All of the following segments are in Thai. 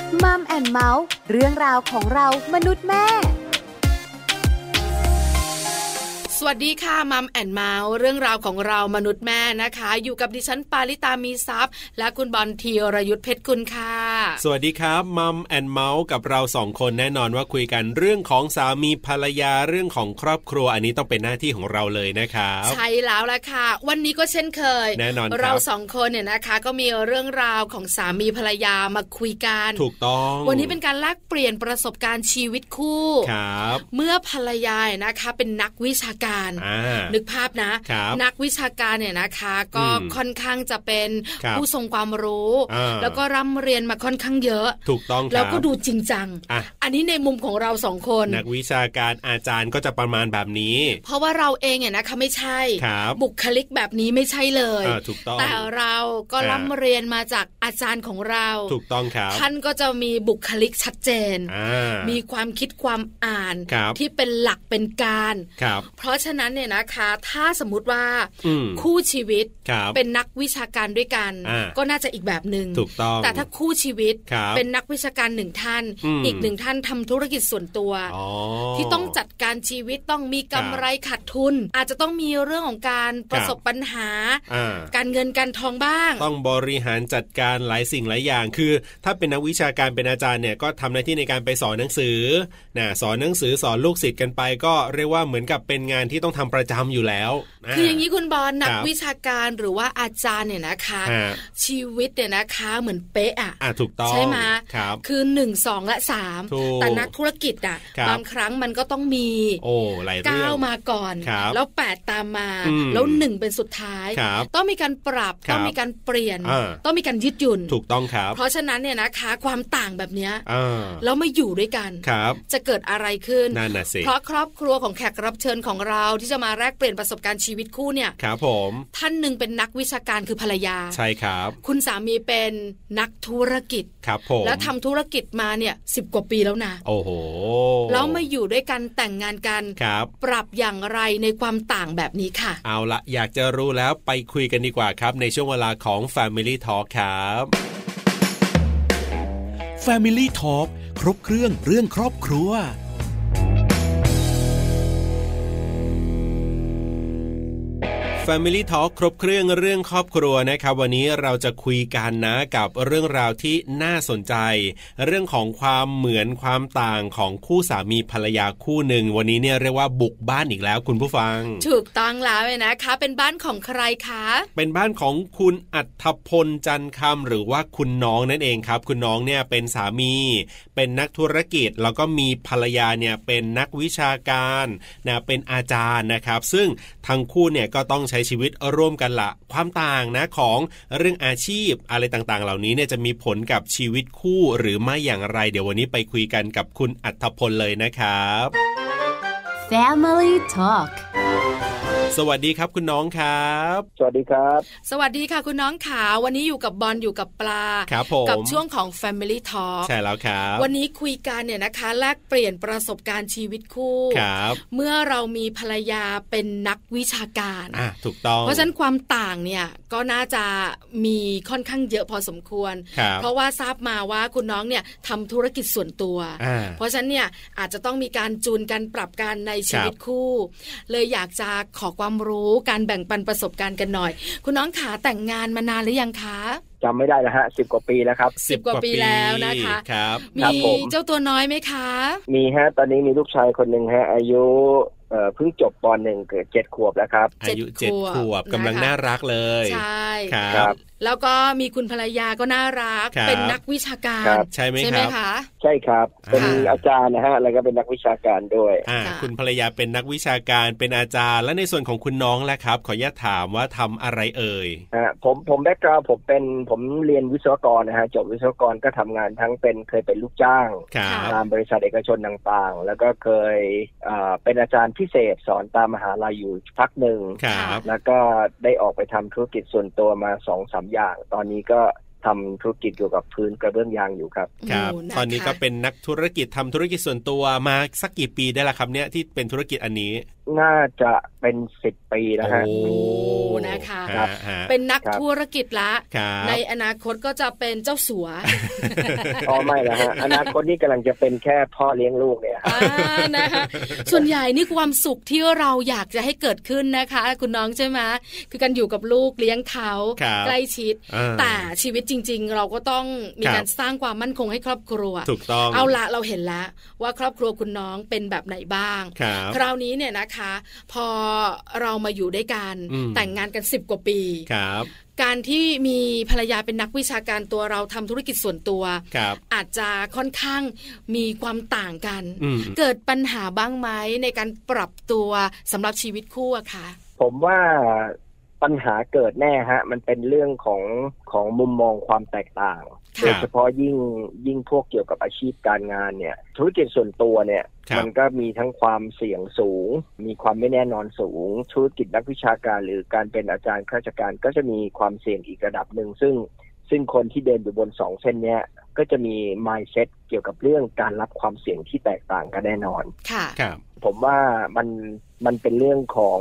มัมแอนด์เมาส์เรื่องราวของเรามนุษย์แม่สวัสดีค่ะมัมแอนเมาส์เรื่องราวของเรามนุษย์แม่นะคะอยู่กับดิฉันปาริตามีทรัพย์และคุณบอลธีรยุทธเพชรกุลค่ะสวัสดีครับมัมแอนเมาส์กับเราสองคนแน่นอนว่าคุยกันเรื่องของสามีภรรยาเรื่องของครอบครัวอันนี้ต้องเป็นหน้าที่ของเราเลยนะครับใช่แล้วล่ะค่ะวันนี้ก็เช่นเคยแน่นอนเราสองคนเนี่ยนะคะก็มีเรื่องราวของสามีภรรยามาคุยกันถูกต้องวันนี้เป็นการแลกเปลี่ยนประสบการณ์ชีวิตคู่ครับเมื่อภรรยานะคะเป็นนักวิชาการนึกภาพนะนักวิชาการเนี่ยนะคะก็ค่อนข้างจะเป็นผู้ทรงความรู้แล้วก็ร่ำเรียนมาค่อนข้างเยอะถูกต้องแล้วก็ดูจริงจัง อันนี้ในมุมของเราสองคนนักวิชาการอาจารย์ก็จะประมาณแบบนี้เพราะว่าเราเองเนี่ยนะคะไม่ใช่บุคลิกแบบนี้ไม่ใช่เลยถูกต้องแต่เราก็ร่ำเรียนมาจากอาจารย์ของเราถูกต้องครับท่านก็จะมีบุคลิกชัดเจนมีความคิดความอ่านที่เป็นหลักเป็นการเพราะฉะนั้นเนี่ยนะคะถ้าสมมุติว่าคู่ชีวิตเป็นนักวิชาการด้วยกันก็น่าจะอีกแบบนึงแต่ถ้าคู่ชีวิตเป็นนักวิชาการหนึ่งท่านอีกหนึ่งท่านทำธุรกิจส่วนตัวที่ต้องจัดการชีวิตต้องมีกำไรขาดทุนอาจจะต้องมีเรื่องของการประสบปัญหาการเงินการทองบ้างต้องบริหารจัดการหลายสิ่งหลายอย่างคือถ้าเป็นนักวิชาการเป็นอาจารย์เนี่ยก็ทำหน้าที่ในการไปสอนหนังสือสอนหนังสือสอนลูกศิษย์กันไปก็เรียกว่าเหมือนกับเป็นงานที่ต้องทำประจำอยู่แล้วคืออย่างนี้คุณบอลนักวิชาการหรือว่าอาจารย์เนี่ยนะคะชีวิตเนี่ยนะคะเหมือนเป๊ะถูกต้องใช่ไหมคือ1 2และ3แต่นักธุรกิจบางครั้งมันก็ต้องมี9มาก่อนแล้ว8ตามมาแล้ว1เป็นสุดท้ายต้องมีการปรับต้องมีการเปลี่ยนต้องมีการยืดหยุ่นถูกต้องครับเพราะฉะนั้นเนี่ยนะคะความต่างแบบนี้แล้วมาอยู่ด้วยกันจะเกิดอะไรขึ้นเพราะครอบครัวของแขกรับเชิญของเราที่จะมาแลกเปลี่ยนประสบการณ์ชีวิตคู่เนี่ยครับผมท่านหนึ่งเป็นนักวิชาการคือภรรยาใช่ครับคุณสามีเป็นนักธุรกิจครับผมแล้วทำธุรกิจมาเนี่ย10 กว่าปีแล้วนะโอ้โหแล้วมาอยู่ด้วยกันแต่งงานกันปรับอย่างไรในความต่างแบบนี้ค่ะเอาละอยากจะรู้แล้วไปคุยกันดีกว่าครับในช่วงเวลาของ Family Talk ครับ Family Talk ครบเครื่องเรื่องครอบครัว Family Talk ครบเครื่องเรื่องครอบครัวนะครับวันนี้เราจะคุยกันนะกับเรื่องราวที่น่าสนใจเรื่องของความเหมือนความต่างของคู่สามีภรรยาคู่หนึ่งวันนี้เนี่ยเรียกว่าบุกบ้านอีกแล้วคุณผู้ฟังถูกต้องแล้วเลยนะคะเป็นบ้านของใครคะเป็นบ้านของคุณอัฏฐพลจันทร์คำหรือว่าคุณน้องนั่นเองครับคุณน้องเนี่ยเป็นสามีเป็นนักธุรกิจแล้วก็มีภรรยาเนี่ยเป็นนักวิชาการนะเป็นอาจารย์นะครับซึ่งทั้งคู่เนี่ยก็ต้องใช้ชีวิตร่วมกันละความต่างนะของเรื่องอาชีพอะไรต่างๆเหล่านี้เนี่ยจะมีผลกับชีวิตคู่หรือไม่อย่างไรเดี๋ยววันนี้ไปคุยกันกับคุณอัฏฐพลเลยนะครับ Family Talk สวัสดีครับคุณน้องครับสวัสดีครับสวัสดีค่ะคุณน้องขาวันนี้อยู่กับบอลอยู่กับปลากับช่วงของ Family Talk ใช่แล้วครับวันนี้คุยกันเนี่ยนะคะแลกเปลี่ยนประสบการณ์ชีวิตคู่เมื่อเรามีภรรยาเป็นนักวิชาการถูกต้องเพราะฉะนั้นความต่างเนี่ยก็น่าจะมีค่อนข้างเยอะพอสมควรเพราะว่าทราบมาว่าคุณน้องเนี่ยทำธุรกิจส่วนตัวเพราะฉะนั้นเนี่ยอาจจะต้องมีการจูนกันปรับกันในชีวิตคู่เลยอยากจะขอความรู้การแบ่งปันประสบการณ์กันหน่อยคุณน้องขาแต่งงานมานานหรือยังคะจำไม่ได้แล้วฮะ10 กว่าปีแล้วครับ 10 กว่าปีแล้วนะคะมีเจ้าตัวน้อยไหมคะมีฮะตอนนี้มีลูกชายคนหนึ่งฮะอายุเพิ่งจบป.1 เกิด7 ขวบแล้วครับอายุ7 ขวบกำลังน่ารักเลยใช่ครับแล้วก็มีคุณภรรยาก็น่ารักเป็นนักวิชาการใช่ไหมคะใช่ครับเป็นอาจารย์นะฮะแล้วก็เป็นนักวิชาการด้วยคุณภรรยาเป็นนักวิชาการเป็นอาจารย์และในส่วนของคุณน้องล่ะครับขออนุญาตถามว่าทำอะไรเอ่ยผมแบ็คกราวด์ผมเรียนวิศวกรนะฮะจบวิศวกรก็ทำงานทั้งเคยเป็นลูกจ้างตามบริษัทเอกชนต่างๆแล้วก็เคยเป็นอาจารย์พิเศษสอนตามมหาลัยอยู่พักหนึ่งแล้วก็ได้ออกไปทำธุรกิจส่วนตัวมา 2-3 อย่างตอนนี้ก็ทำธุรกิจเกี่ยวกับพื้นกระเบื้องยางอยู่ครับครับตอนนี้ก็เป็นนักธุรกิจทำธุรกิจส่วนตัวมาสักกี่ปีได้ละครับเนี่ยที่เป็นธุรกิจอันนี้น่าจะเป็น10 ปีแล้วฮะโอ้นะคะเป็นนักธุรกิจละในอนาคตก็จะเป็นเจ้าสัวอ๋อไม่แล้วฮะอนาคตนี่กำลังจะเป็นแค่พ่อเลี้ยงลูกเนี่ยนะคะส่วนใหญ่นี่ความสุขที่เราอยากจะให้เกิดขึ้นนะคะคุณน้องใช่ไหมคือการอยู่กับลูกเลี้ยงเขาใกล้ชิดแต่ชีวิตจริงๆเราก็ต้องมีการสร้างความมั่นคงให้ครอบครัวถูกต้องเอาละเราเห็นแล้วว่าครอบครัวคุณน้องเป็นแบบไหนบ้างคราวนี้เนี่ยนะคะพอเรามาอยู่ด้วยกันแต่งงานกัน10 กว่าปีการที่มีภรรยาเป็นนักวิชาการตัวเราทำธุรกิจส่วนตัวอาจจะค่อนข้างมีความต่างกันเกิดปัญหาบ้างไหมในการปรับตัวสำหรับชีวิตคู่อะคะผมว่าปัญหาเกิดแน่ฮะมันเป็นเรื่องของมุมมองความแตกต่างโดยเฉพาะยิ่งพวกเกี่ยวกับอาชีพการงานเนี่ยธุรกิจส่วนตัวเนี่ยมันก็มีทั้งความเสี่ยงสูงมีความไม่แน่นอนสูงธุรกิจนักวิชาการหรือการเป็นอาจารย์ข้าราชการก็จะมีความเสี่ยงอีกระดับหนึ่งซึ่งคนที่เดินอยู่บน2 เส้นเนี้ยก็จะมี mindset เกี่ยวกับเรื่องการรับความเสี่ยงที่แตกต่างกันแน่นอนค่ะผมว่ามันเป็นเรื่องของ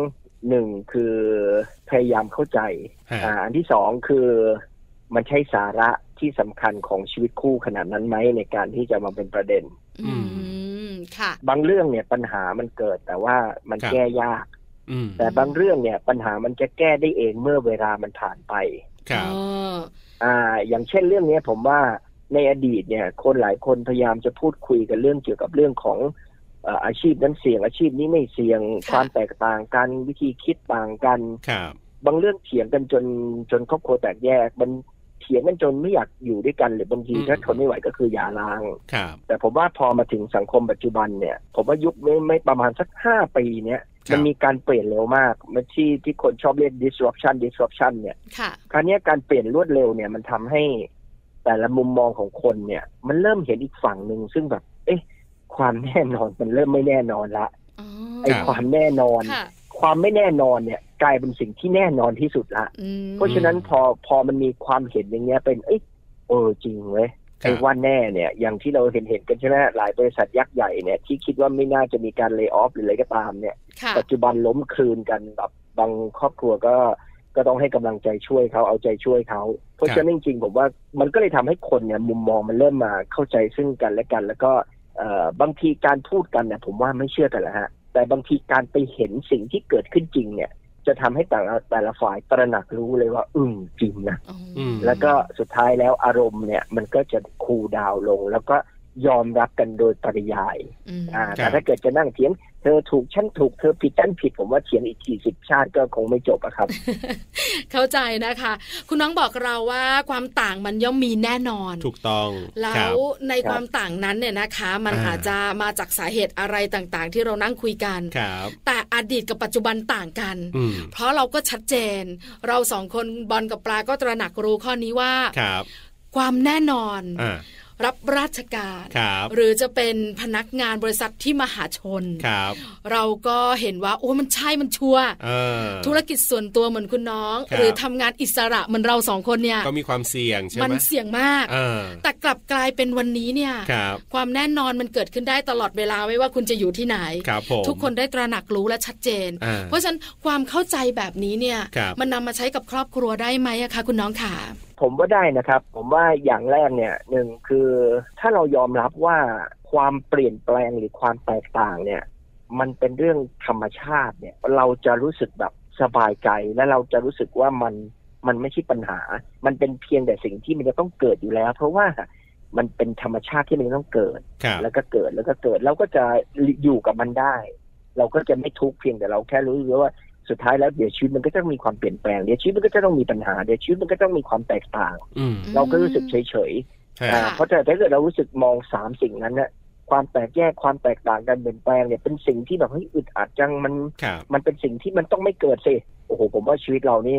1คือพยายามเข้าใจอันที่2คือมันใช่สาระที่สำคัญของชีวิตคู่ขนาดนั้นไหมในการที่จะมาเป็นประเด็นค่ะบางเรื่องเนี่ยปัญหามันเกิดแต่ว่ามันแก้ยากแต่บางเรื่องเนี่ยปัญหามันจะแก้ได้เองเมื่อเวลามันผ่านไปครับอย่างเช่นเรื่องนี้ผมว่าในอดีตเนี่ยคนหลายคนพยายามจะพูดคุยกันเรื่องเกี่ยวกับเรื่องของอาชีพนั้นเสี่ยงอาชีพนี้ไม่เสี่ยงความแตกต่างกันวิธีคิดต่างกันบางเรื่องเถียงกันจนครอบครัวแตกแยกมันเถียงกันจนไม่อยากอยู่ด้วยกันหรือบางทีถ้าทนไม่ไหวก็คือหย่าร้างแต่ผมว่าพอมาถึงสังคมปัจจุบันเนี่ยผมว่ายุคไม่ประมาณสัก5 ปีเนี่ยมันมีการเปลี่ยนเร็วมากมันที่คนชอบเรียก disruption เนี่ยคราวนี้การเปลี่ยนรวดเร็วเนี่ยมันทำให้แต่ละมุมมองของคนเนี่ยมันเริ่มเห็นอีกฝั่งนึงซึ่งแบบความแน่นอนมันเริ่มไม่แน่นอนละความแน่นอนความไม่แน่นอนเนี่ยกลายเป็นสิ่งที่แน่นอนที่สุดละเพราะฉะนั้นพอมันมีความเห็นอย่างเงี้ยเป็นจริงเว้ยไอ้ว่าแน่เนี่ยอย่างที่เราเห็นกันใช่ไหมหลายบริษัทยักษ์ใหญ่เนี่ยที่คิดว่าไม่น่าจะมีการเลย์ออฟหรืออะไรก็ตามเนี่ยปัจจุบันล้มคลืนกันแบบบางครอบครัวก็ต้องให้กำลังใจช่วยเขาเอาใจช่วยเขาเพราะฉะนั้นจริงๆผมว่ามันก็เลยทำให้คนเนี่ยมุมมองมันเริ่มมาเข้าใจซึ่งกันและกันแล้วก็บางทีการพูดกันเนี่ยผมว่าไม่เชื่อกันแล้วฮะแต่บางทีการไปเห็นสิ่งที่เกิดขึ้นจริงเนี่ยจะทำให้แต่ละฝ่ายตระหนักรู้เลยว่าจริงนะแล้วก็สุดท้ายแล้วอารมณ์เนี่ยมันก็จะคูลดาวน์ลงแล้วก็ยอมรับกันโดยปริยายแต่ถ้าเกิดจะนั่งเถียงเธอถูกฉันถูกเธอผิดฉันผิดผมว่าเถียงอีก10 ชาติก็คงไม่จบอะครับเข้าใจนะคะคุณน้องบอกเราว่าความต่างมันย่อมมีแน่นอนถูกต้องแล้วในความต่างนั้นเนี่ยนะคะมันอาจจะมาจากสาเหตุอะไรต่างๆที่เรานั่งคุยกันแต่อดีตกับปัจจุบันต่างกันเพราะเราก็ชัดเจนเรา2 คนบอลกับปลาก็ตระหนักรู้ข้อนี้ว่าความแน่นอนรับราชการหรือจะเป็นพนักงานบริษัทที่มหาชนเราก็เห็นว่ามันใช่มันชัวร์ธุรกิจส่วนตัวเหมือนคุณน้องหรือทำงานอิสระเหมือนเรา2 คนเนี่ยก็มีความเสี่ยงใช่ไหมมันเสี่ยงมากแต่กลับกลายเป็นวันนี้เนี่ยความแน่นอนมันเกิดขึ้นได้ตลอดเวลาไม่ว่าคุณจะอยู่ที่ไหนทุกคนได้ตระหนักรู้และชัดเจนเพราะฉะนั้นความเข้าใจแบบนี้เนี่ยมันนำมาใช้กับครอบครัวได้ไหมคะคุณน้องขาผมว่าได้นะครับผมว่าอย่างแรกเนี่ย1คือถ้าเรายอมรับว่าความเปลี่ยนแปลงหรือความแตกต่างเนี่ยมันเป็นเรื่องธรรมชาติเนี่ยเราจะรู้สึกแบบสบายใจและเราจะรู้สึกว่ามันไม่ใช่ปัญหามันเป็นเพียงแต่สิ่งที่มันจะต้องเกิดอยู่แล้วเพราะว่ามันเป็นธรรมชาติที่มันต้องเกิดแล้วก็เกิดแล้วก็เกิดเราก็จะอยู่กับมันได้เราก็จะไม่ทุกข์เพียงแต่เราแค่รู้ว่าสุดท้ายแล้วเดี๋ยวชีวิตมันก็จะมีความเปลี่ยนแปลงเดี๋ยวชีวิตมันก็จะต้องมีปัญหาเดี๋ยวชีวิตมันก็ต้องมีความแตกต่างเราก็รู้สึกเฉยๆเพราะถ้าเกิดเรารู้สึกมอง3 สิ่งนั้นเนี่ยความแตกแยกความแตกต่างกันเปลี่ยนแปลงเนี่ยเป็นสิ่งที่แบบอึดอัดจังมันเป็นสิ่งที่มันต้องไม่เกิดสิโอ้โหผมว่าชีวิตเรานี่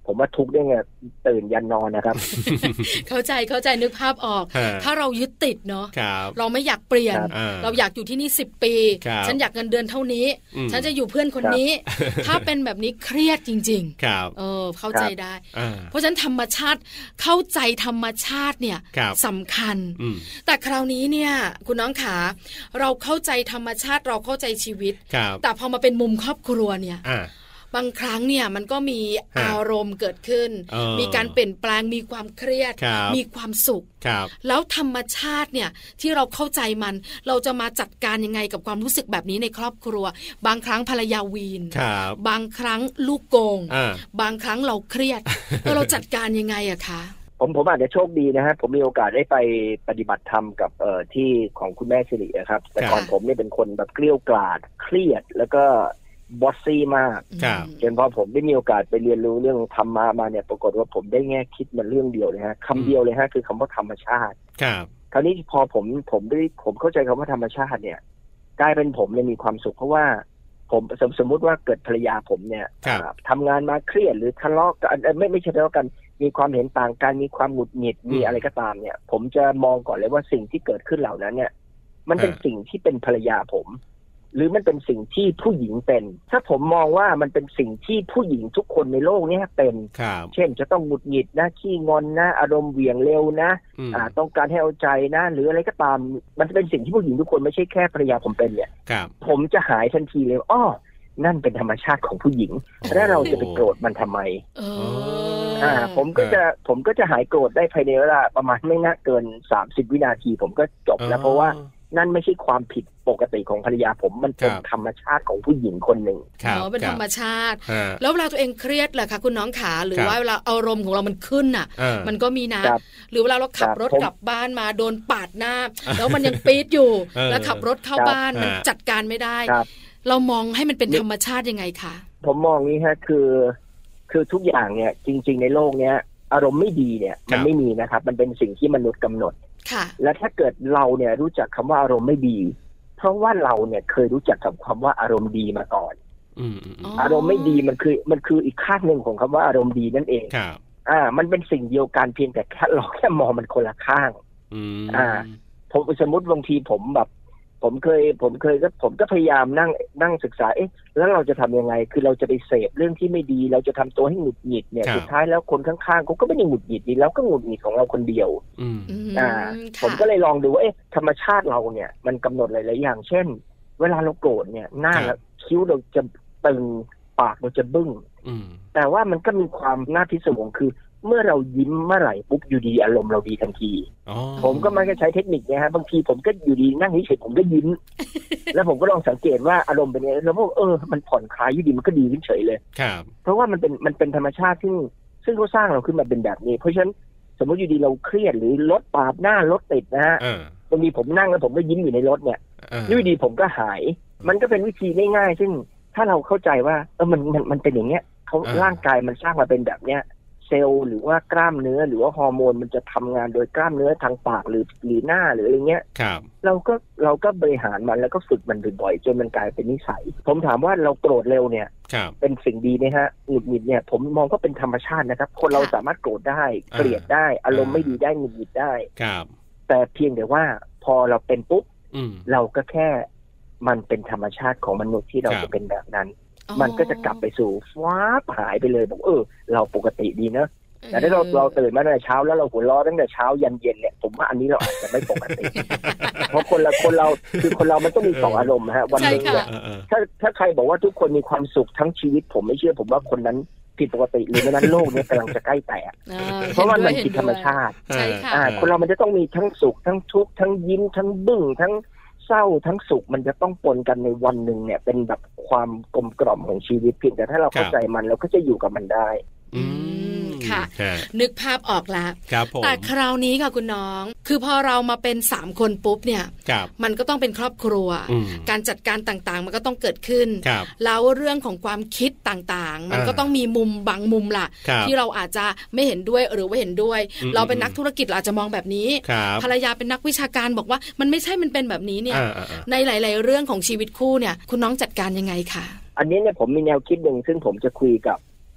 ผมว่าทุกข์ได้ไงตื่นยันนอนนะครับเข้าใจนึกภาพออกถ้าเรายึดติดเนาะเราไม่อยากเปลี่ยนเราอยากอยู่ที่นี่10 ปีฉันอยากเงินเดือนเท่านี้ฉันจะอยู่เพื่อนคนนี้ถ้าเป็นแบบนี้เครียดจริงๆเข้าใจได้เพราะฉะนั้นธรรมชาติเข้าใจธรรมชาติเนี่ยสำคัญแต่คราวนี้เนี่ยคุณน้องขาเราเข้าใจธรรมชาติเราเข้าใจชีวิตแต่พอมาเป็นมุมครอบครัวเนี่ยบางครั้งเนี่ยมันก็มีอารมณ์เกิดขึ้นมีการเปลี่ยนแปลงมีความเครียดมีความสุขแล้วธรรมชาติเนี่ยที่เราเข้าใจมันเราจะมาจัดการยังไงกับความรู้สึกแบบนี้ในครอบครัวบางครั้งภรรยาวีนบางครั้งลูกโกงบางครั้งเราเครียดเราจัดการยังไงอะคะผมอาจจะโชคดีนะฮะผมมีโอกาสได้ไปปฏิบัติธรรมกับที่ของคุณแม่สิรินะครับแต่ก่อนผมเนี่ยเป็นคนแบบเกลี้ยกล่อมเครียดแล้วก็บอสซี่มากจนพอผมได้มีโอกาสไปเรียนรู้เรื่องธรรมะมาเนี่ยปรากฏว่าผมได้แง่คิดมันเรื่องเดียวเลยฮะคำเดียวเลยฮะคือคำว่าธรรมชาติคราวนี้พอผมเข้าใจคำว่าธรรมชาติเนี่ยกลายเป็นผมเนี่ยมีความสุขเพราะว่าผมสมมุติว่าเกิดภรรยาผมเนี่ยทำงานมาเครียดหรือทะเลาะกันไม่ใช่ทะเลาะกันมีความเห็นต่างกันมีความหงุดหงิดมีอะไรก็ตามเนี่ยผมจะมองก่อนเลยว่าสิ่งที่เกิดขึ้นเหล่านั้นเนี่ยมันเป็นสิ่งที่เป็นภรรยาผมหรือมันเป็นสิ่งที่ผู้หญิงเป็นถ้าผมมองว่ามันเป็นสิ่งที่ผู้หญิงทุกคนในโลกนี้เป็นเช่นจะต้องหงุดหงิดนะขี้งอนนะอารมณ์เหวี่ยงเร็วนะต้องการให้เอาใจนะหรืออะไรก็ตามมันจะเป็นสิ่งที่ผู้หญิงทุกคนไม่ใช่แค่ภรรยาผมเป็นเนี่ยผมจะหายทันทีเลยนั่นเป็นธรรมชาติของผู้หญิงแล้วเราจะไปโกรธมันทำไมผมก็จะหายโกรธได้ภายในเวลาประมาณไม่น่าเกิน30 วินาทีผมก็จบแล้วเพราะว่านั่นไม่ใช่ความผิดปกติของภรรยาผมมันเป็นธรรมชาติของผู้หญิงคนหนึ่งเป็นธรรมชาติแล้วเวลาตัวเองเครียดแหละค่ะคุณน้องขาหรือว่าเวลาอารมณ์ของเรามันขึ้นน่ะมันก็มีนะหรือเวลาเราขับรถกลับบ้านมาโดนปาดหน้าแล้วมันยังปี๊ดอยู่แล้วขับรถเข้าบ้านมันจัดการไม่ได้เรามองให้มันเป็นธรรมชาติยังไงคะผมมองนี้ฮะคือทุกอย่างเนี่ยจริงๆในโลกเนี้ยอารมณ์ไม่ดีเนี่ยมันไม่มีนะครับมันเป็นสิ่งที่มนุษย์กำหนดและถ้าเกิดเราเนี่ยรู้จักคำว่าอารมณ์ไม่ดีเพราะว่าเราเนี่ยเคยรู้จักกับคำว่าอารมณ์ดีมาก่อนอารมณ์ไม่ดีมันคืออีกข้างหนึ่งของคำว่าอารมณ์ดีนั่นเองมันเป็นสิ่งเดียวกันเพียงแต่เราแค่มองมันคนละข้างผมสมมติบางทีผมก็พยายามนั่งศึกษาแล้วเราจะทำยังไงคือเราจะไปเสพเรื่องที่ไม่ดีเราจะทำตัวให้หงุดหงิดเนี่ยสุดท้ายแล้วคนข้างๆเขาก็ไม่ได้หงุดหงิดดีแล้วก็หงุดหงิดของเราคนเดียวผมก็เลยลองดูว่าธรรมชาติเราเนี่ยมันกำหนดหลายๆอย่างเช่นเวลาเราโกรธเนี่ยหน้าแล้วคิ้วเราจะตึงปากเราจะบึ้งแต่ว่ามันก็มีความน่าพิศวงคือเมื่อเรายิ้มเมื่อไหร่ปุ๊บอยู่ดีอารมณ์เราดีทันทีผมก็มักจะใช้เทคนิคเนี่ยฮะบางทีผมก็อยู่ดีนั่งเฉยๆผมก็ยิ้ม แล้วผมก็ลองสังเกตว่าอารมณ์เป็นยังไงแล้วพวกมันผ่อนคลายอยู่ดีมันก็ดีขึ้นเฉยเลยเพราะว่ามันเป็นธรรมชาติซึ่งเขาสร้างเราขึ้นมาเป็นแบบนี้เพราะฉะนั้นสมมติอยู่ดีเราเครียดหรือรถปาดหน้ารถติดนะฮะบางทีผมนั่งแล้วผมก็ยิ้มอยู่ในรถเนี่ยอยู่ดีผมก็หายมันก็เป็นวิธีง่ายๆซึ่งถ้าเราเข้าใจว่ามันเป็นอย่างเงี้ยเขาร่างกายมันสร้างมาเป็นแบบเนี้ยเซลล์หรือว่ากล้ามเนื้อหรือว่าฮอร์โมนมันจะทำงานโดยกล้ามเนื้อทางปากหรือหน้าหรืออะไรเงี้ยเราก็บริหารมันแล้วก็ฝึกมันบ่อยๆจนมันกลายเป็นนิสัยผมถามว่าเราโกรธเร็วเนี่ยเป็นสิ่งดีไหมฮะหงุดหงิดเนี่ยผมมองก็เป็นธรรมชาตินะครับคนเราสามารถโกรธได้เกลียดได้อารมณ์ไม่ดีได้หงุดหงิดได้แต่เพียงแต่ว่าพอเราเป็นปุ๊บเราก็แค่มันเป็นธรรมชาติของมนุษย์ที่เราจะเป็นแบบนั้นมันก็จะกลับไปสู่ฟ้าหายไปเลยบอกเราปกติดีนะแต่ถ้าเราตื่นมาตั้งแต่เช้าแล้วเราหัวเราะตั้งแต่เช้ายันเย็นเนี่ยผมว่าอันนี้เราอาจจะไม่ปกติ เพราะคนเราคือคนเรามันต้องมีสองอารมณ์ฮะวันนึงเนี่ยถ้าใครบอกว่าทุกคนมีความสุขทั้งชีวิตผมไม่เชื่อผมว่าคนนั้นผิดปกติหรือไม่นั้นโลกนี้กำลังจะใกล้แตกเพราะว่ามันผิดธรรมชาติคนเรามันจะต้องมีทั้งสุขทั้งทุกข์ทั้งยิ้มทั้งบึ้งทั้งเศร้าทั้งสุขมันจะต้องปนกันในวันหนึ่งเนี่ยเป็นแบบความกลมกล่อมของชีวิตเพียงแต่ถ้าเราเข้าใจมันเราก็จะอยู่กับมันได้ค่ะนึกภาพออกแล้วแต่คราวนี้ค่ะคุณน้องคือพอเรามาเป็น3คนปุ๊บเนี่ยมันก็ต้องเป็นครอบครัวการจัดการต่างๆมันก็ต้องเกิดขึ้นแล้วเรื่องของความคิดต่างๆมันก็ต้องมีมุมบางมุมล่ะที่เราอาจจะไม่เห็นด้วยหรือว่าเห็นด้วยเราเป็นนักธุรกิจเราอาจจะมองแบบนี้ภรรยาเป็นนักวิชาการบอกว่ามันไม่ใช่มันเป็นแบบนี้เนี่ยในหลายๆเรื่องของชีวิตคู่เนี่ยคุณน้องจัดการยังไงคะอันนี้เนี่ยผมมีแนวคิดหนึ่งซึ่งผมจะคุยกับ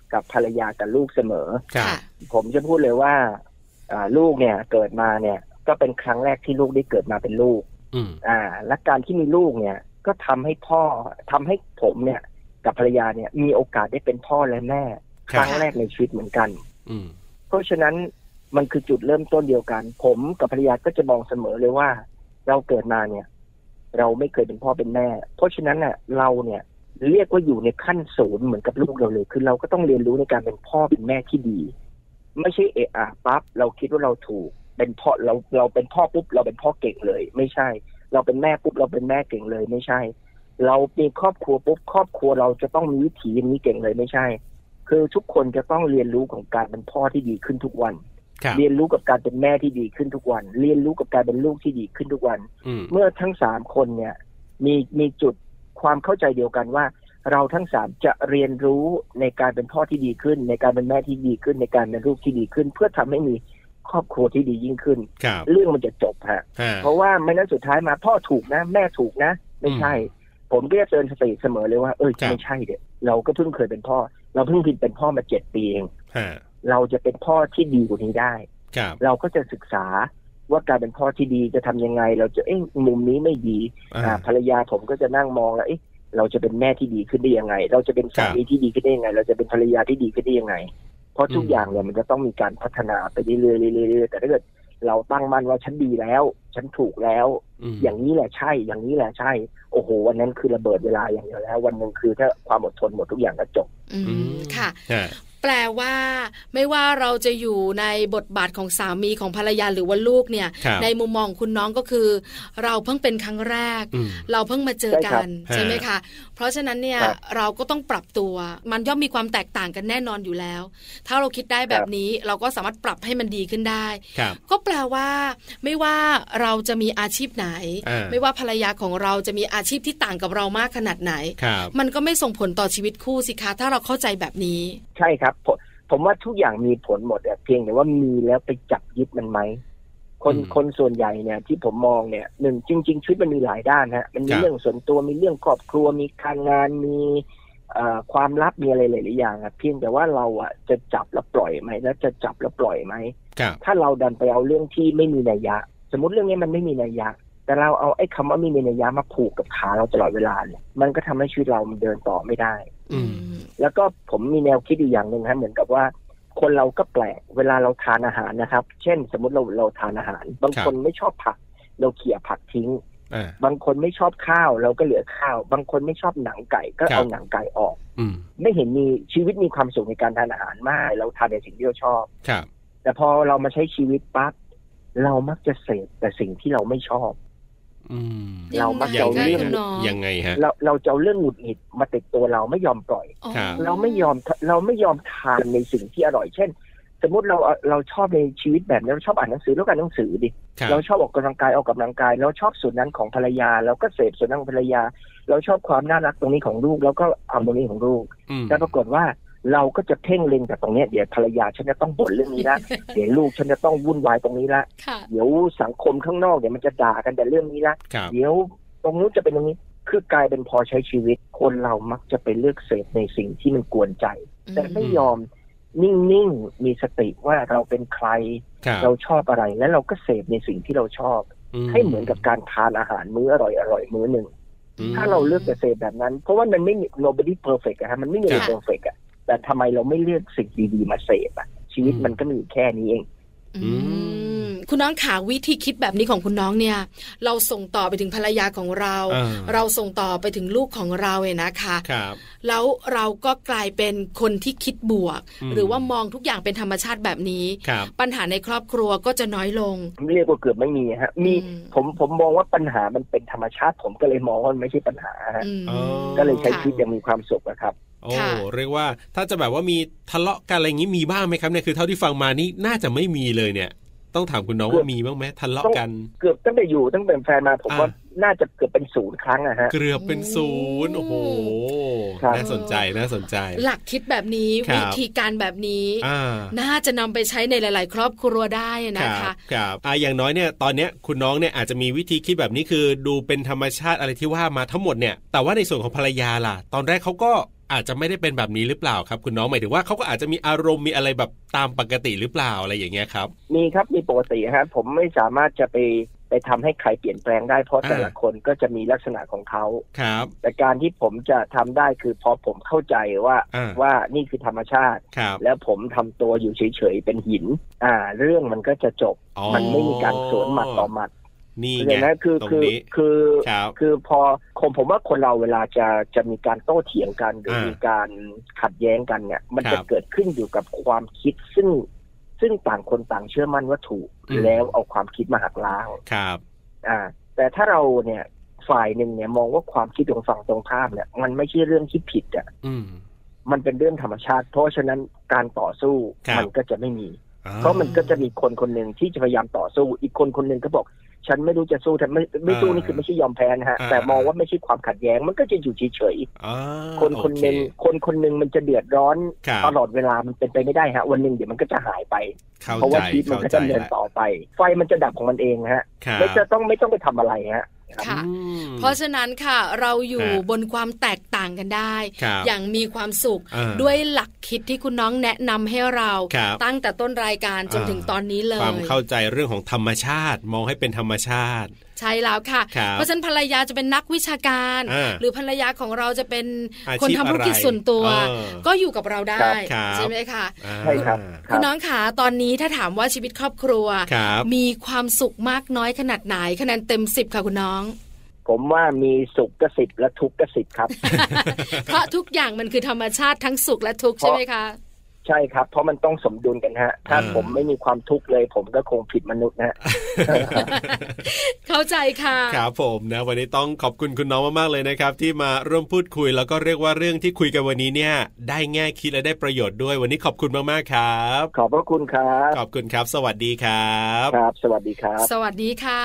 กับภรรยากับลูกเสมอครับผมจะพูดเลยว่าลูกเนี่ยเกิดมาเนี่ยก็เป็นครั้งแรกที่ลูกได้เกิดมาเป็นลูกและการที่มีลูกเนี่ยก็ทำให้ผมเนี่ยกับภรรยาเนี่ยมีโอกาสได้เป็นพ่อและแม่ครั้งแรกในชีวิตเหมือนกันเพราะฉะนั้นมันคือจุดเริ่มต้นเดียวกันผมกับภรรยาก็จะมองเสมอเลยว่าเราเกิดมาเนี่ยเราไม่เคยเป็นพ่อเป็นแม่เพราะฉะนั้นน่ะเราเนี่ยเรียกว่าอยู่ในขั้นศูนย์เหมือนกับลูกเราเลยคือเราก็ต้องเรียนรู้ในการเป็นพ่อเป็นแม่ที่ดีไม่ใช่ปั๊บเราคิดว่าเราถูกเป็นพ่อเราเป็นพ่อปุ๊บเราเป็นพ่อเก่งเลยไม่ใช่เราเป็นแม่ปุ๊บเราเป็นแม่เก่งเลยไม่ใช่เรามีครอบครัวปุ๊บครอบครัวเราจะต้องมีวิถีอย่างนี้เก่งเลยไม่ใช่คือทุกคนจะต้องเรียนรู้ของการเป็นพ่อที่ดีขึ้นทุกวันเรียนรู้กับการเป็นแม่ที่ดีขึ้นทุกวันเรียนรู้กับการเป็นลูกที่ดีขึ้นทุกวันเมื่อทั้ง3คนเนี่ยมีจุดความเข้าใจเดียวกันว่าเราทั้ง3จะเรียนรู้ในการเป็นพ่อที่ดีขึ้นในการเป็นแม่ที่ดีขึ้นในการเป็นลูกที่ดีขึ้นเพื่อทำให้มีครอบครัวที่ดียิ่งขึ้นเรื่องมันจะจบฮะเพราะว่าไม่นั้นสุดท้ายมาพ่อถูกนะแม่ถูกนะไม่ใช่ผมก็จะเตือนสติเสมอเลยว่าไม่ใช่เด็กเราก็เพิ่งเคยเป็นพ่อเราเพิ่งเป็นพ่อมา7 ปีเองเราจะเป็นพ่อที่ดีกว่านี้ได้เราก็จะศึกษาว่าการเป็นพ่อที่ดีจะทำยังไงเราจะมุมนี้ไม่ดีภรรยาผมก็จะนั่งมองแล้วเราจะเป็นแม่ที่ดีขึ้นได้ยังไงเราจะเป็นสามีที่ดีขึ้นได้ยังไงเราจะเป็นภรรยาที่ดีขึ้นได้ยังไงเพราะทุกอย่างเนี่ยมันจะต้องมีการพัฒนาไปเรื่อยๆแต่ถ้าเกิดเราตั้งมั่นว่าฉันดีแล้วฉันถูกแล้วอย่างนี้แหละใช่อย่างนี้แหละใช่โอ้โหวันนั้นคือระเบิดเวลาอย่างเดียวแล้ววันนึงคือถ้าความอดทนหมดทุกอย่างก็จบค่ะแปลว่าไม่ว่าเราจะอยู่ในบทบาทของสามีของภรรยาหรือว่าลูกเนี่ยในมุมมองคุณน้องก็คือเราเพิ่งเป็นครั้งแรกเราเพิ่งมาเจอกันใช่ไหมคะเพราะฉะนั้นเนี่ยเราก็ต้องปรับตัวมันย่อมมีความแตกต่างกันแน่นอนอยู่แล้วถ้าเราคิดได้แบบนี้เราก็สามารถปรับให้มันดีขึ้นได้ก็แปลว่าไม่ว่าเราจะมีอาชีพไหนไม่ว่าภรรยาของเราจะมีอาชีพที่ต่างกับเรามากขนาดไหนมันก็ไม่ส่งผลต่อชีวิตคู่สิคะถ้าเราเข้าใจแบบนี้ใช่ครับผมว่าทุกอย่างมีผลหมดเพียงแต่ว่ามีแล้วไปจับยึดมันไหมคนส่วนใหญ่เนี่ยที่ผมมองเนี่ยหนึ่งจริงๆชีวิตมันมีหลายด้านฮะมันมีเรื่องส่วนตัวมีเรื่องครอบครัวมีการงานมีความลับมีอะไรหลายๆอย่างเพียงแต่ว่าเราจะจับแล้วปล่อยไหมแล้วจะจับแล้วปล่อยไหมถ้าเราดันไปเอาเรื่องที่ไม่มีนัยยะสมมติเรื่องนี้มันไม่มีนัยยะแต่เราเอาไอ้คำว่าไม่มีนัยยะมาผูกกับขาเราตลอดเวลาเนี่ยมันก็ทำให้ชีวิตเรามันเดินต่อไม่ได้แล้วก็ผมมีแนวคิดอีกอย่างนึงฮะเหมือนกับว่าคนเราก็แปลกเวลาเราทานอาหารนะครับเช่นสมมติเราทานอาหารบางคนไม่ชอบผักเราเขี่ยผักทิ้งบางคนไม่ชอบข้าวเราก็เหลือข้าวบางคนไม่ชอบหนังไก่ก็เอาหนังไก่ออกไม่เห็นมีชีวิตมีความสุขในการทานอาหารมากเราทานในสิ่งที่เราชอบแต่พอเรามาใช้ชีวิตปั๊บเรามักจะเสพแต่สิ่งที่เราไม่ชอบเรามักจะเอาเรื่องยังไงฮะเราจะเอาเรื่องหงุดหงิดมาติดตัวเราไม่ยอมปล่อยเราไม่ยอมทานในสิ่งที่อร่อยเช่นสมมติเราชอบในชีวิตแบบนี้เราชอบอ่านหนังสือแล้วอ่านหนังสือดิเราชอบออกกำลังกายเราชอบส่วนนั้นของภรรยาเราก็เสพส่วนนั้นของภรรยาเราชอบความน่ารักตรงนี้ของลูกแล้วก็เอาตรงนี้ของลูกแต่ปรากฏว่าเราก็จะเพ่งเล็งแต่ตรงนี้เดี๋ยวภรรยาฉันจะต้องบ่นเรื่องนี้นะ เดี๋ยวลูกฉันจะต้องวุ่นวายตรงนี้ละเดี๋ยวสังคมข้างนอกเดี๋ยวมันจะด่ากันแต่เรื่องนี้ละเดี๋ยวตรงนู้นจะเป็นตรงนี้คือกลายเป็นพอใช้ชีวิตคนเรามักจะไปเลือกเสพในสิ่งที่มันกวนใจแต่ไม่ยอมนิ่งๆมีสติว่าเราเป็นใครเราชอบอะไรแล้วเราก็เสพในสิ่งที่เราชอบให้เหมือนกับการทานอาหารมื้ออร่อยมื้อหนึ่งถ้าเราเลือกแต่เสพแบบนั้นเพราะว่ามันไม่ nobody perfect อะฮะมันไม่มีอะไร perfect อะแต่ทำไมเราไม่เลือกสิ่งดีๆมาเสพชีวิตมันก็มีแค่นี้เองคุณน้องขาวิธีคิดแบบนี้ของคุณน้องเนี่ยเราส่งต่อไปถึงภรรยาของเราเราส่งต่อไปถึงลูกของเราเนี่ยนะคะแล้วเราก็กลายเป็นคนที่คิดบวกหรือว่ามองทุกอย่างเป็นธรรมชาติแบบนี้ปัญหาในครอบครัวก็จะน้อยลงเรียกว่าเกือบไม่มีฮะมีผมมองว่าปัญหามันเป็นธรรมชาติผมก็เลยมองว่ามันไม่ใช่ปัญหาฮะก็เลยใช้ชีวิตอย่างมีความสุขนะครับโอ้เรียกว่าถ้าจะแบบว่ามีทะเลาะกันอะไรอย่างนี้มีบ้างไหมครับเนี่ยคือเท่าที่ฟังมานี่น่าจะไม่มีเลยเนี่ยต้องถามคุณน้องว่ามีบ้างไหมทะเลาะกันเกือบตั้งแต่เป็นแฟนมาผมว่าน่าจะเกือบเป็น0 ครั้งอะฮะเกือบเป็น0โอ้โหน่าสนใจหลักคิดแบบนี้วิธีการแบบนี้น่าจะนำไปใช้ในหลายๆครอบครัวได้นะคะครับอย่างน้อยเนี่ยตอนเนี้ยคุณน้องเนี่ยอาจจะมีวิธีคิดแบบนี้คือดูเป็นธรรมชาติอะไรที่ว่ามาทั้งหมดเนี่ยแต่ว่าในส่วนของภรรยาล่ะตอนแรกเขาก็อาจจะไม่ได้เป็นแบบนี้หรือเปล่าครับคุณน้องหมายถึงว่าเขาก็อาจจะมีอารมณ์มีอะไรแบบตามปกติหรือเปล่าอะไรอย่างเงี้ยครับมีครับมีปกติครับผมไม่สามารถจะไปทำให้ใครเปลี่ยนแปลงได้เพราะแต่ละคนก็จะมีลักษณะของเขาครับแต่การที่ผมจะทำได้คือพอผมเข้าใจว่านี่คือธรรมชาติแล้วผมทำตัวอยู่เฉยๆเป็นหินเรื่องมันก็จะจบมันไม่มีการสวนหมัดต่อหมัดนี่ไงนะคือพอผมว่าคนเราเวลาจะมีการโต้เถียงกันหรือมีการขัดแย้งกันเนี่ยมันจะเกิดขึ้นอยู่กับความคิดซึ่งต่างคนต่างเชื่อมั่นว่าถูกแล้วเอาความคิดมาหักล้างครับแต่ถ้าเราเนี่ยฝ่ายหนึ่งเนี่ยมองว่าความคิดของฝั่งตรงข้ามเนี่ยมันไม่ใช่เรื่องที่ผิดมันเป็นเรื่องธรรมชาติเพราะฉะนั้นการต่อสู้มันก็จะไม่มีเพราะมันก็จะมีคนหนึ่งที่จะพยายามต่อสู้อีกคนหนึ่งก็บอกฉันไม่รู้จะสู้แต่ไม่สู้นี่คือไม่ใช่ยอมแพ้นะฮะแต่มองว่าไม่ใช่ความขัดแย้งมันก็จะอยู่เฉยๆคนหนึ่งมันจะเดือดร้อนตลอดเวลามันเป็นไปไม่ได้ฮะวันหนึ่งเดี๋ยวมันก็จะหายไปเพราะว่าชีวิตมันก็จะเดินต่อไปไฟมันจะดับของมันเองฮะไม่ต้องไปทำอะไรฮะค่ะเพราะฉะนั้นค่ะเราอยู่บนความแตกต่างกันได้อย่างมีความสุขด้วยหลักคิดที่คุณน้องแนะนำให้เราตั้งแต่ต้นรายการจนถึงตอนนี้เลยความเข้าใจเรื่องของธรรมชาติมองให้เป็นธรรมชาติใช่แล้วค่ะเพราะฉะนั้นภรรยาจะเป็นนักวิชาการหรือภรรยาของเราจะเป็นคนทำธุรกิจส่วนตัวก็อยู่กับเราได้ใช่ไหมคะใช่ครับคุณน้องขาตอนนี้ถ้าถามว่าชีวิตครอบครัวมีความสุขมากน้อยขนาดไหนคะแนนเต็ม10ค่ะคุณน้องผมว่ามีสุขก็10และทุกข์ก็10ครับเพราะทุกอย่างมันคือธรรมชาติทั้งสุขและทุกข์ใช่ไหมคะใช่ครับเพราะมันต้องสมดุลกันฮะถ้าผมไม่มีความทุกข์เลยผมก็คงผิดมนุษย์นะเข้าใจค่ะครับผมนะวันนี้ต้องขอบคุณคุณน้องมากๆเลยนะครับที่มาร่วมพูดคุยแล้วก็เรียกว่าเรื่องที่คุยกันวันนี้เนี่ยได้แง่คิดและได้ประโยชน์ด้วยวันนี้ขอบคุณมากๆครับขอบพระคุณครับขอบคุณครับสวัสดีครับครับสวัสดีครับสวัสดีค่ะ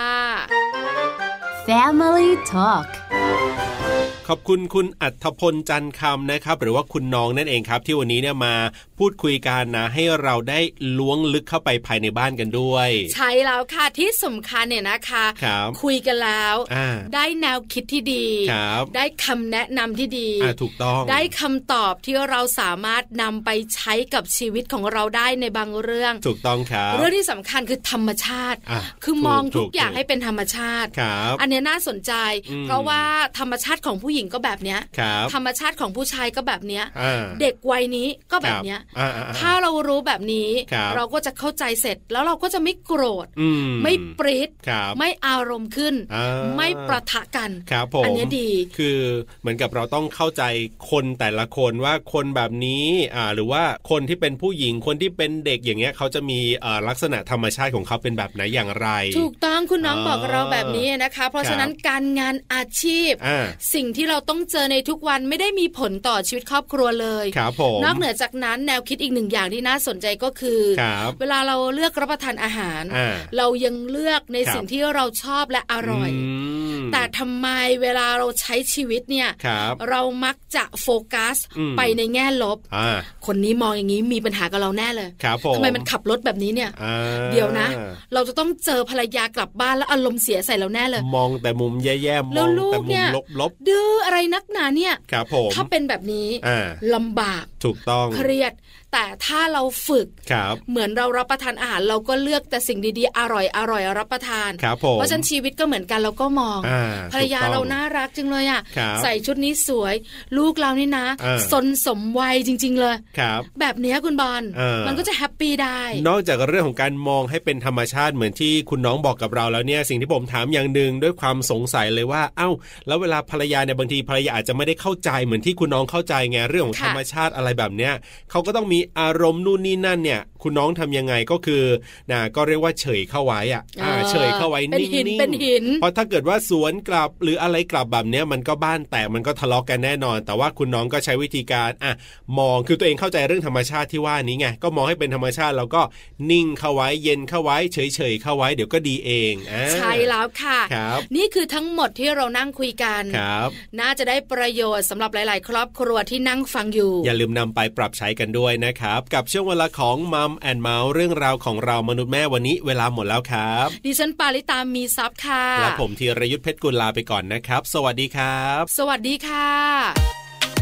Family Talk ขอบคุณคุณอัธพลจันคำนะครับหรือว่าคุณน้องนั่นเองครับที่วันนี้เนี่ยมาพูดคุยกันนะให้เราได้ล้วงลึกเข้าไปภายในบ้านกันด้วยใช่แล้วค่ะที่สำคัญเนี่ยนะคะคุยกันแล้วได้แนวคิดที่ดีได้คำแนะนำที่ดีถูกต้องได้คำตอบที่เราสามารถนำไปใช้กับชีวิตของเราได้ในบางเรื่องถูกต้องครับเรื่องที่สำคัญคือธรรมชาติคือมองทุกอย่างให้เป็นธรรมชาติอันนี้น่าสนใจเพราะว่าธรรมชาติของผู้หญิงก็แบบเนี้ยธรรมชาติของผู้ชายก็แบบเนี้ยเด็กวัยนี้ก็แบบเนี้ยถ้าเรารู้แบบนี้เราก็จะเข้าใจเสร็จแล้วเราก็จะไม่โกรธไม่ปริ๊ดไม่อารมณ์ขึ้นไม่ประทะกันอันนี้ดีคือเหมือนกับเราต้องเข้าใจคนแต่ละคนว่าคนแบบนี้หรือว่าคนที่เป็นผู้หญิงคนที่เป็นเด็กอย่างเงี้ยเขาจะมีลักษณะธรรมชาติของเขาเป็นแบบไหนอย่างไรถูกต้องคุณน้องบอกเราแบบนี้นะคะเพราะฉะนั้นการงานอาชีพสิ่งที่เราต้องเจอในทุกวันไม่ได้มีผลต่อชีวิตครอบครัวเลยนอกเหนือจากนั้นแนวคิดอีกหนึ่งอย่างที่น่าสนใจก็คือเวลาเราเลือกรับประทานอาหารเรายังเลือกในสิ่งที่เราชอบและอร่อยแต่ทำไมเวลาเราใช้ชีวิตเนี่ยเรามักจะโฟกัสไปในแง่ลบคนนี้มองอย่างนี้มีปัญหากับเราแน่เลยทำไมมันขับรถแบบนี้เนี่ยเดี๋ยวนะเราจะต้องเจอภรรยากลับบ้านแล้วอารมณ์เสียใส่เราแน่เลยมองแต่มุมแย่ๆมองแต่มุมลบๆดื้ออะไรนักหนาเนี่ยถ้าเป็นแบบนี้ลำบากถูกต้องเครียดแต่ถ้าเราฝึกเหมือนเรารับประทานอาหารเราก็เลือกแต่สิ่งดีๆอร่อยรับประทานเพราะฉะนั้นชีวิตก็เหมือนกันเราก็มองภรรยาเราน่ารักจังเลยอ่ะใส่ชุดนี้สวยลูกเรานี่นะสนสมวัยจริงๆเลยแบบนี้คุณบอลมันก็จะแฮปปี้ได้นอกจากเรื่องของการมองให้เป็นธรรมชาติเหมือนที่คุณน้องบอกกับเราแล้วเนี่ยสิ่งที่ผมถามอย่างนึงด้วยความสงสัยเลยว่าเอ้าแล้วเวลาภรรยาเนี่ยบางทีภรรยาอาจจะไม่ได้เข้าใจเหมือนที่คุณน้องเข้าใจไงเรื่องของธรรมชาติอะไรแบบเนี้ยเขาก็ต้องมีอารมณ์นู่นนี่นั่นเนี่ยคุณน้องทำยังไงก็คือก็เรียกว่าเฉยเข้าไว้เฉยเข้าไว้นิ่งๆเพราะถ้าเกิดว่าสวนกลับหรืออะไรกลับแบบเนี้ยมันก็บ้านแตกมันก็ทะเลาะกันแน่นอนแต่ว่าคุณน้องก็ใช้วิธีการมองคือตัวเองเข้าใจเรื่องธรรมชาติที่ว่านี้ไงก็มองให้เป็นธรรมชาติแล้วก็นิ่งเข้าไว้เย็นเข้าไว้เฉยเข้าไว้เดี๋ยวก็ดีเองใช่แล้วค่ะนี่คือทั้งหมดที่เรานั่งคุยกันน่าจะได้ประโยชน์สำหรับหลายๆครอบครัวที่นั่งฟังอยู่อย่าลืมนำไปปรับใช้กันด้วยนะครับกับช่วงเวลาของมัมแอนด์เมาส์เรื่องราวของเรามนุษย์แม่วันนี้เวลาหมดแล้วครับดิฉันปาริตามีซับค่ะและผมธีรยุทธเพชรกุลลาไปก่อนนะครับสวัสดีครับสวัสดีค่ะ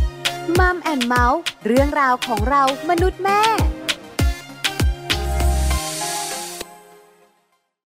มัมแอนด์เมาส์เรื่องราวของเรามนุษย์แม่